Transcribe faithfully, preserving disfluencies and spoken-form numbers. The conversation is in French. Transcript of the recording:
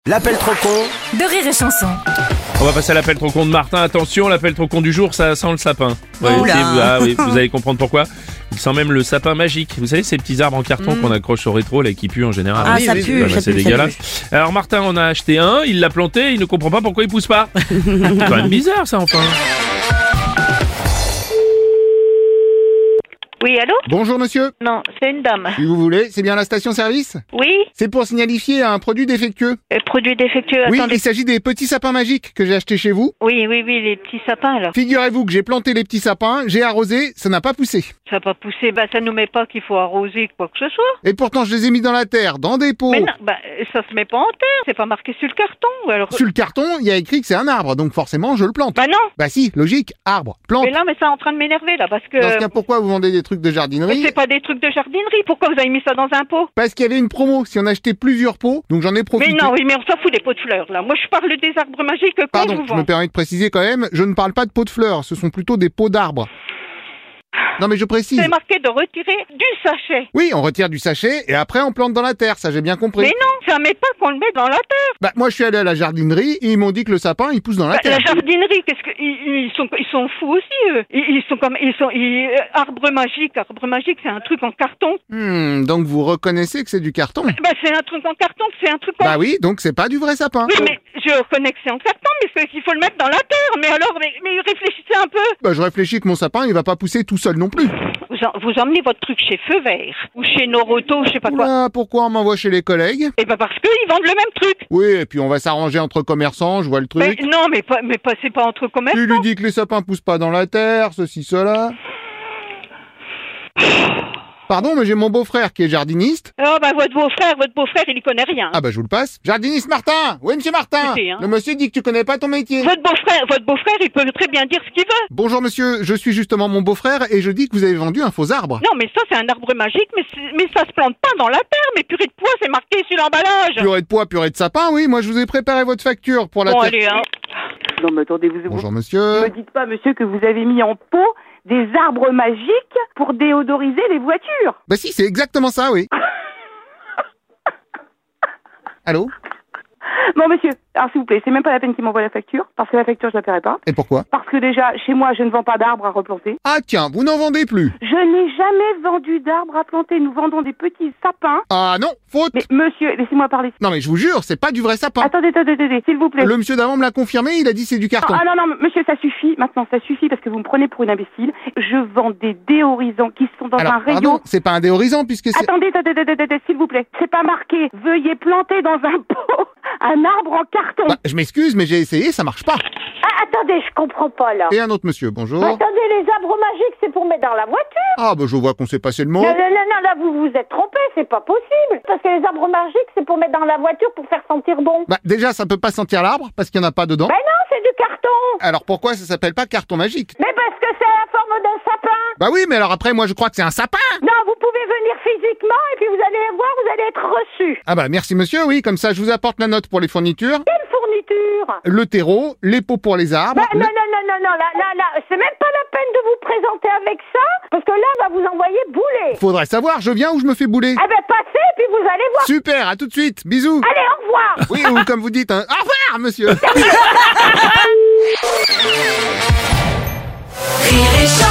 L'appel trop con de Rire et Chanson. On va passer à l'appel trop con de Martin. Attention, l'appel trop con du jour, ça sent le sapin. Ouais, Oula. vous, ah, oui, vous allez comprendre pourquoi. Il sent même le sapin magique. Vous savez, ces petits arbres en carton Mm. qu'on accroche au rétro, là, qui puent en général. Ah, Oui, ça oui, pue, bah, ça c'est pue, ça dégueulasse. Alors Martin en a acheté un, il l'a planté, il ne comprend pas pourquoi il pousse pas. C'est quand même bizarre ça, enfin. Oui, allô? Bonjour monsieur, Non, c'est une dame. si vous voulez, c'est bien la station-service? Oui, C'est pour signalifier un produit défectueux. euh, produit défectueux, Oui, attendez. il s'agit des petits sapins magiques que j'ai achetés chez vous. Oui, oui, oui, les petits sapins, alors. Figurez-vous que j'ai planté les petits sapins, j'ai arrosé, ça n'a pas poussé. Ça va pas pousser, bah ça nous met pas qu'il faut arroser quoi que ce soit. Et pourtant je les ai mis dans la terre, dans des pots. Mais non, bah euh, ça se met pas en terre, c'est pas marqué sur le carton, ou alors... Sur le carton, il y a écrit que c'est un arbre, donc forcément je le plante. Bah non, Bah si, logique, arbre, plante. mais là, mais ça est en train de m'énerver, là, parce que... Dans ce cas, pourquoi vous vendez des trucs de Mais jardinerie? c'est pas des trucs de jardinerie, pourquoi vous avez mis ça dans un pot? Parce qu'il y avait une promo, si on achetait plusieurs pots, donc j'en ai profité. Mais non, oui, mais on s'en fout des pots de fleurs, là. Moi, je parle des arbres magiques qu'on Pardon, vous je me vend. permets de préciser quand même, je ne parle pas de pots de fleurs, ce sont plutôt des pots d'arbres. Non mais je précise. C'est marqué de retirer du sachet. Oui, on retire du sachet et après on plante dans la terre, ça j'ai bien compris. Mais non, ça met pas qu'on le met dans la terre. Bah moi je suis allé à la jardinerie et ils m'ont dit que le sapin il pousse dans la Bah, terre. la jardinerie, qu'est-ce que ils, ils sont ils sont fous aussi eux. Ils, ils sont comme ils sont ils, euh, arbre magique, arbre magique, c'est un truc en carton. Hmm, donc vous reconnaissez que c'est du carton? Bah c'est un truc en carton, c'est un truc en... Bah oui, donc c'est pas du vrai sapin. Oui, mais je reconnais que c'est en carton, mais c'est qu'il faut le mettre dans la terre. Mais alors, mais, mais réfléchissez un peu. Bah je réfléchis que mon sapin il va pas pousser tout seul non plus. Vous, en- vous emmenez votre truc chez Feu Vert ou chez Noroto, je sais pas quoi. Oula, pourquoi on m'envoie chez les collègues? Et bah parce qu'ils vendent le même truc. Oui, et puis on va s'arranger entre commerçants, je vois le Mais truc. non, mais pas, mais pas, c'est pas entre commerces. Tu lui dis que les sapins poussent pas dans la terre, ceci, cela. Pardon, mais j'ai mon beau-frère qui est jardiniste. Oh bah votre beau-frère, votre beau-frère, il y connaît rien. Ah bah je vous le passe. Jardiniste Martin! Oui, monsieur Martin! Écoutez, hein. Le monsieur dit que tu connais pas ton métier. Votre beau-frère, votre beau-frère, il peut très bien dire ce qu'il veut. Bonjour monsieur, je suis justement mon beau-frère et je dis que vous avez vendu un faux arbre. Non, mais ça, c'est un arbre magique, mais, c'est- mais ça se plante pas dans la terre. Mais purée de pois, c'est marqué sur l'emballage. Purée de pois, purée de sapin, oui, moi je vous ai préparé votre facture pour la Bon, terre. allez, hein. Non mais attendez, vous, vous Bonjour ne monsieur. me dites pas, monsieur, que vous avez mis en pot des arbres magiques pour déodoriser les voitures. Bah si, c'est exactement ça, oui. Allô? Bon, monsieur, alors s'il vous plaît, c'est même pas la peine qu'il m'envoie la facture, parce que la facture, je la paierai pas. Et pourquoi? Parce que déjà, chez moi, je ne vends pas d'arbres à replanter. Ah tiens, vous n'en vendez plus. Je n'ai jamais vendu d'arbres à planter. Nous vendons des petits sapins. Ah non, faute. Mais monsieur, laissez-moi parler. Non mais je vous jure, c'est pas du vrai sapin. Attendez, attendez, attendez, s'il vous plaît. Le monsieur d'avant me l'a confirmé, il a dit c'est du carton. Ah non, non, monsieur, ça suffit. Maintenant, ça suffit parce que vous me prenez pour une imbécile. Je vends des déorisants qui sont dans Alors, un rayon. pardon, c'est pas un déhorizon puisque c'est... Attendez, attendez, attendez, attendez, s'il vous plaît. C'est pas marqué. Veuillez planter dans un pot un arbre en carton. Bah, je m'excuse, mais j'ai essayé, ça marche pas. Ah, attendez, je comprends pas là. Et un autre monsieur, bonjour. Attendez, les arbres magiques, c'est pour mettre dans la voiture. Ah bah je vois qu'on s'est passé le mot. Non, non, non, non, là, vous vous êtes trompé, c'est pas possible. Parce que les arbres magiques, c'est pour mettre dans la voiture pour faire sentir bon. Bah déjà, ça peut pas sentir l'arbre parce qu'il y en a pas dedans. Ben non, c'est du carton. Alors pourquoi ça s'appelle pas carton magique? Mais parce que c'est la forme d'un sapin. Bah oui, mais alors après, moi je crois que c'est un sapin. Non, vous pouvez venir physiquement et puis vous allez voir, vous allez être reçu. Ah bah merci monsieur, oui, comme ça je vous apporte la note pour les fournitures, Quelle fourniture? le terreau, les pots pour les arbres. Bah, le- non, non, non, non, non, là, là, là, c'est même pas la peine de vous présenter avec ça, parce que là, on va vous envoyer bouler. Faudrait savoir, je viens ou je me fais bouler. Ah ben, passez, puis vous allez voir. Super, à tout de suite, bisous. Allez, au revoir. Oui, ou comme vous dites, hein, au revoir monsieur. Rire et Chanson.